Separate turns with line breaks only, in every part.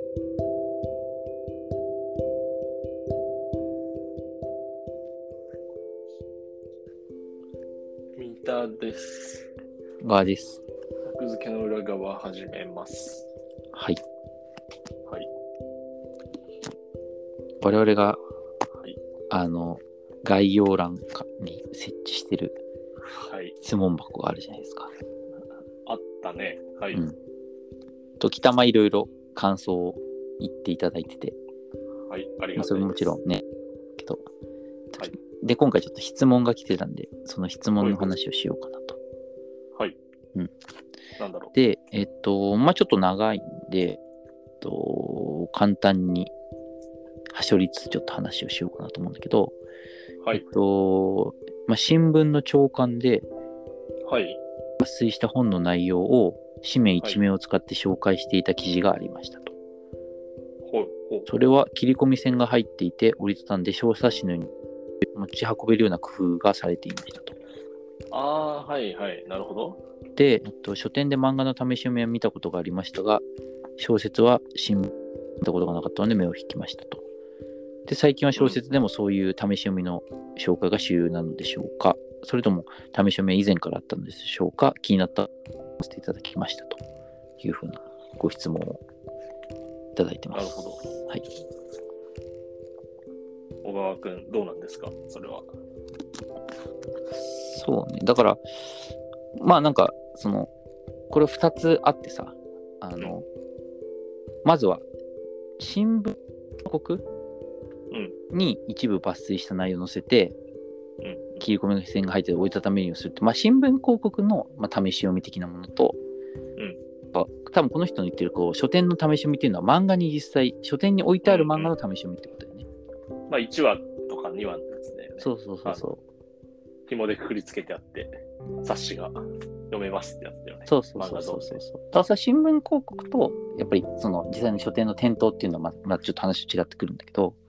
三田です。
バーです。
格付けの裏側始めます。
はい。
はい。
我々が、
はい、
概要欄に設置してる質問箱があるじゃないですか。
あったね。はい。
時たまいろいろ感想を言っていただいてて。
はい。ありがとうございます。
それももちろんね、けど。
はい。
で、今回ちょっと質問が来てたんで、その質問の話をしようかなと。
はい。なんだろう。
で、ちょっと長いんで、簡単に端折りつつちょっと話をしようかなと思うんだけど、
はい。
新聞の朝刊で、
はい。
抜粋した本の内容を紙面一面を使って紹介していた記事がありましたと。それは切り込み線が入っていて折りたたんで小冊子のように持ち運べるような工夫がされていましたと。
はいはい。なるほど。
で、書店で漫画の試し読みは見たことがありましたが、小説は新聞見たことがなかったので目を引きましたと。で、最近は小説でもそういう試し読みの紹介が主流なのでしょうか、それとも試し読みは以前からあったのでしょうか、気になったらさせていただきましたというふうなご質問をいただいてます。
なるほど。
はい。
小川くん、どうなんですか、それは。
そうね。だから、これ2つあってさ、まずは、新聞広告に一部抜粋した内容を載せて、切り込み線が入って折りたためるようにするって、新聞広告の、試し読み的なものと、多分この人の言ってる書店の試し読みっていうのは漫画に実際書店に置いてある漫画の試し読みってことだよね。
1話とか2話のやつだよね。
そう。
紐でくくりつけてあって冊子が読めますってやつだよね。
そう。ただ新聞広告とやっぱりその実際の書店の店頭っていうのはまあちょっと話違ってくるんだけど、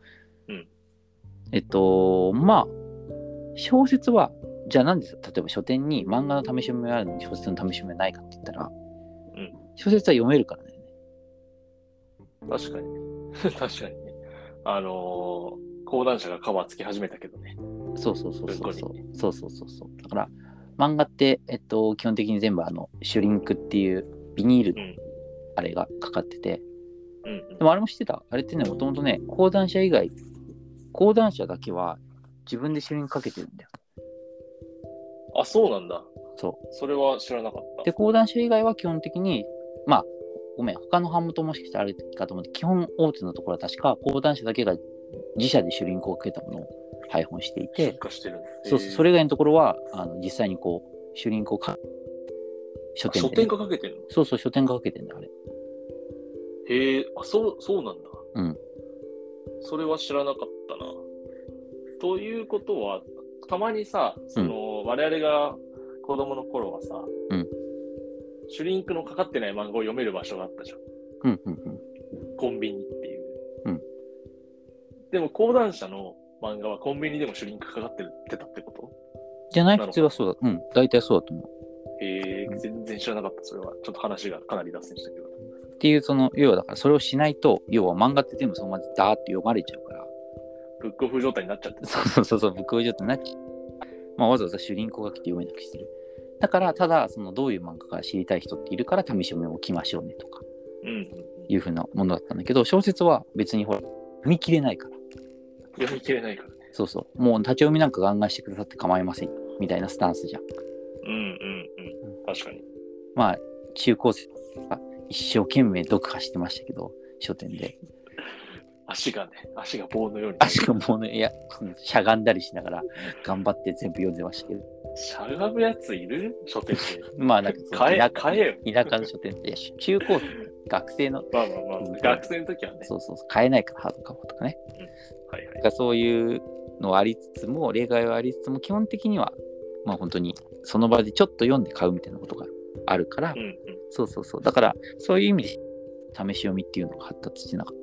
小説はじゃあなんで例えば書店に漫画の試し読みがあるのに小説の試し読みがないかって言ったら、小説は読めるからだよね。
確かにね。講談社がカバーつけ始めたけどね。
そう。だから漫画って、基本的に全部シュリンクっていうビニールのあれがかかってて、でもあれも知ってた？あれってね、もともとね、講談社だけは自分でシュリンクかけてるんだよ。
あ、そうなんだ。
そう。
それは知らなかった。
で、講談社以外は基本的に、他の版元もしかしたらあるかと思って、基本大手のところは確か講談社だけが自社でシュリンクをかけたものを配本していて、それ以外のところは実際にシュリンクを書店がかけてるの？そう、書店がかけてるんだ、あれ。
へえ、そうなんだ。それは知らなかったな。ということは、たまにさ、我々が子供の頃はさ、シュリンクのかかってない漫画を読める場所があったじゃん。コンビニっていう。でも講談社の漫画はコンビニでもシュリンクかかってたってこと？
じゃない？普通はそうだ。大体そうだと思う。
全然知らなかった。それはちょっと話がかなり脱線したけど。
っていう要はだからそれをしないと、要は漫画って全部そのままダーって読まれちゃうから。
ブックオフ状態になっちゃって。
そう、ブックオフ状態になっちゃう。わざわざシュリンクをかけて読めなくしてる。だからただどういう漫画か知りたい人っているから試し読みを置きましょうねとか、いう風なものだったんだけど、小説は別に読み切れないから。
読み切れないからね。
そう。もう立ち読みなんかガンガンしてくださって構いませんよみたいなスタンスじゃん。
確かに。
中高生が一生懸命読破してましたけど、書店で。
足が棒のように。
いや、しゃがんだりしながら頑張って全部読んでましたけど。
しゃがむやついる？書店で。
買
えよ。
田舎の書店で。中高生、学生の。
学生の時はね。
そう。買えないからハードカバーとかね。そういうのはありつつも、例外はありつつも、基本的には、本当にその場でちょっと読んで買うみたいなことがあるから、そう。だから、そういう意味で試し読みっていうのが発達してなかった。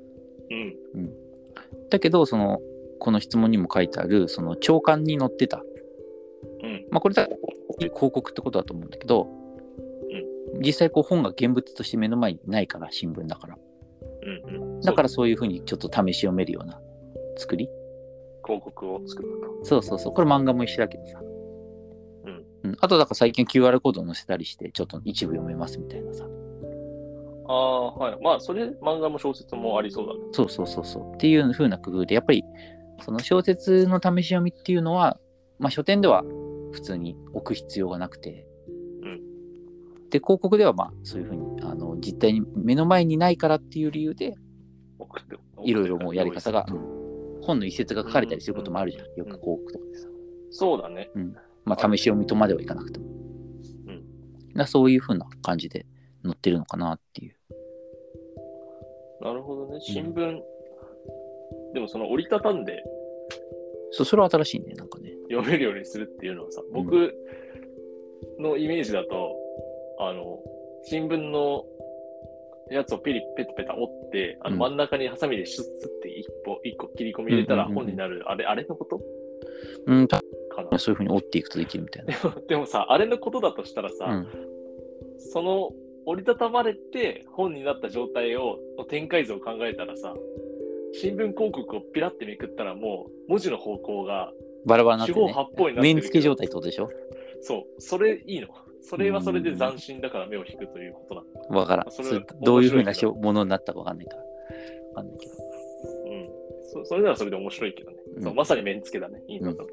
だけど、この質問にも書いてある、朝刊に載ってた。これだ広告ってことだと思うんだけど、実際本が現物として目の前にないから、新聞だから。 だからそういうふうにちょっと試し読めるような作り、
広告を作ったと。
そうそうそう、これ漫画も一緒だけどさ、あとだから最近 QR コードを載せたりしてちょっと一部読めますみたいなさ。
ああ、はい。まあそれ漫画も小説もありそうだね。
そうそうそうそうっていう風な工夫で、やっぱりその小説の試し読みっていうのは、まあ書店では普通に置く必要がなくて、で広告ではまあそういう風に実際に目の前にないからっていう理由でいろいろもうやり方が、本の一節が書かれたりすることもあるじゃん、よく広告とかでさ。そう
だね。
まあ試し読みとまではいかなくても、だそういう風な感じで載ってるのかなっていう。
なるほどね。新聞、でもその折りたたんで
それは新しいね、なんかね。
読めるようにするっていうのはさ、僕のイメージだと、新聞のやつをペタペタ折って、真ん中にハサミでシュッって一個切り込み入れたら本になる、あれのこと
かな。そういう風に折っていくとできるみたいな。
でもさ、あれのことだとしたらさ、その折りたたまれて本になった状態の展開図を考えたらさ、新聞広告をピラってめくったらもう文字の方向が
バラバラになって
四方八方になってる。
面付け状態ってことでしょ。
そう、それいいの。それはそれで斬新だから目を引くということな
の。わからん。どういう風なものになったかわかんないから。わかんないけど。
それならそれで面白いけどね。そうまさに面付けだね。いいなと思った。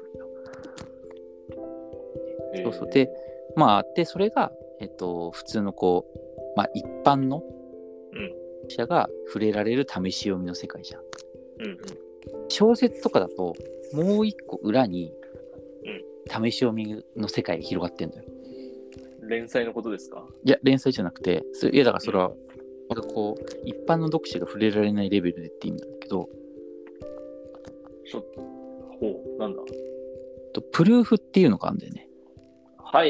そうそう。で、まあ、それが、普通のこう、まあ一般の者が触れられる試し読みの世界じゃん。小説とかだと、もう一個裏に、試し読みの世界が広がってんだよ。
連載のことですか？
いや、連載じゃなくて、いやだからそれは、こう、一般の読者が触れられないレベルでって意味なんだけど、
なんだ？
プルーフっていうのがあるんだよね。
はい。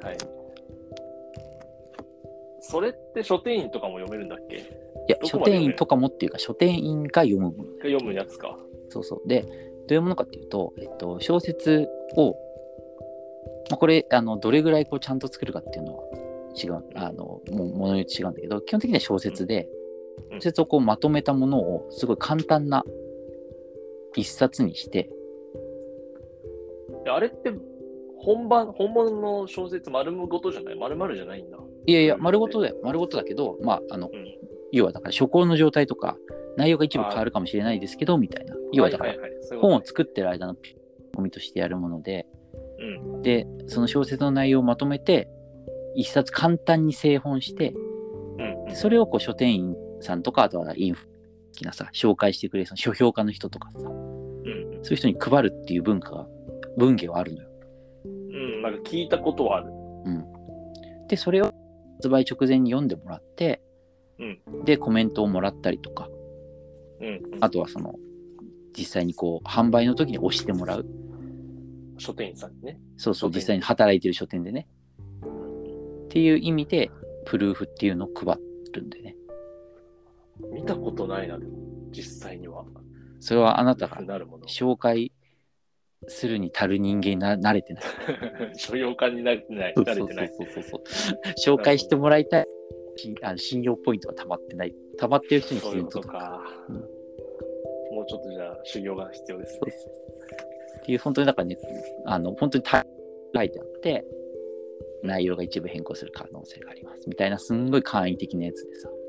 それって書店員とかも読めるんだっけ？い
や、書店員とかもっていうか、書店員が読むもの。
読むやつか。
そうそう。で、どういうものかっていうと、小説を、まあ、これどれぐらいこうちゃんと作るかっていうのは違う、もうものによって違うんだけど、基本的には小説で、小説をこうまとめたものをすごい簡単な一冊にして。
あれって本物の小説丸ごとじゃない？丸々じゃないんだ。
いや丸ごとだよ。丸ごとだけど、まあ要はだから初稿の状態とか内容が一部変わるかもしれないですけどみたいな。要はだから本を作ってる間の込みとしてやるもので。でその小説の内容をまとめて一冊簡単に製本して、それをこう書店員さんとか、あとはインフ好きなさ紹介してくれるその書評家の人とかさ、そういう人に配るっていう文芸はあるのよ。
なんか聞いたことはある。
でそれを発売直前に読んでもらって、でコメントをもらったりとか、あとはその実際にこう販売の時に押してもらう。
書店員さんにね。
そう実際に働いてる書店でね。っていう意味でプルーフっていうのを配るんでね。
見たことないな、でも実際には。
それはあなたが紹介するに足る人間に慣れてない。
所用感に慣れてない。そう。
紹介してもらいたい信用ポイントが溜まってない。溜まってる人に
そういうことか。もうちょっとじゃあ修行が必要ですね。
っていう本当にだからね、本当に書いてあって内容が一部変更する可能性がありますみたいなすんごい簡易的なやつでさ。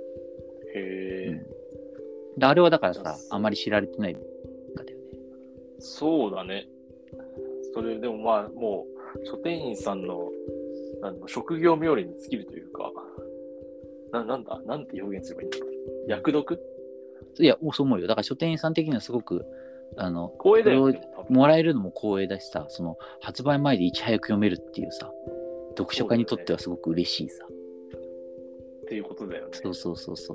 であれはだからさ、あまり知られてないんだよね。
そうだね。それでもまあもう書店員さんの職業冥利に尽きるというか、なんて表現すればいいんだろう。役読？
いや、そう思うよ。だから書店員さん的にはすごく
光栄だよね。
もらえるのも光栄だしさ、その発売前でいち早く読めるっていうさ、読書家にとってはすごく嬉しいさ。
っていうことだよね。
そう。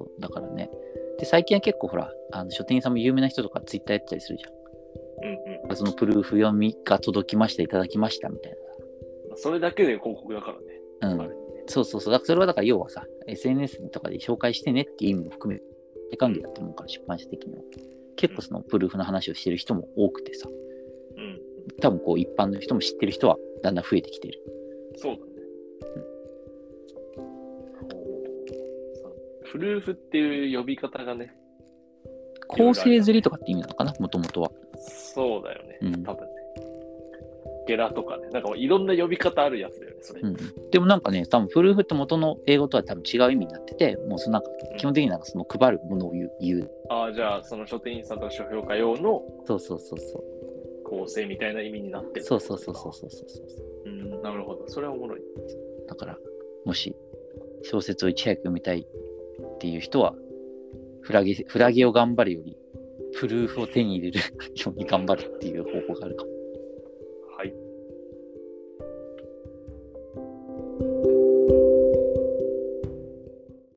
だからね。で最近は結構ほら書店員さんも有名な人とかツイッターやってたりするじゃん。そのプルーフ読みが届きました、いただきましたみたい
な。それだけで広告だからね。
そう。だからそれはだから要はさ、SNS とかで紹介してねっていう意味も含めて関係だと思うから、出版社的には。結構そのプルーフの話をしてる人も多くてさ、多分こう一般の人も知ってる人はだんだん増えてきてる。
そうだね。 プルーフっていう呼び方がね。
構成釣りとかって意味なのかな、もともとは。
そうだよね、多分ね。ゲラとかね。なんかいろんな呼び方あるやつだよね、それ。
でもなんかね、多分プルーフって元の英語とは多分違う意味になってて、もうそのなんか基本的になんかその配るものを言う。
ああ、じゃあその書店員さんとか書評家用の
そう
構成みたいな意味になってる。
そう。
なるほど。それはおもろい。
だから、もし小説をいち早く読みたいっていう人は、フラゲを頑張るより、プルーフを手に入れるように頑張るっていう方法があるかも。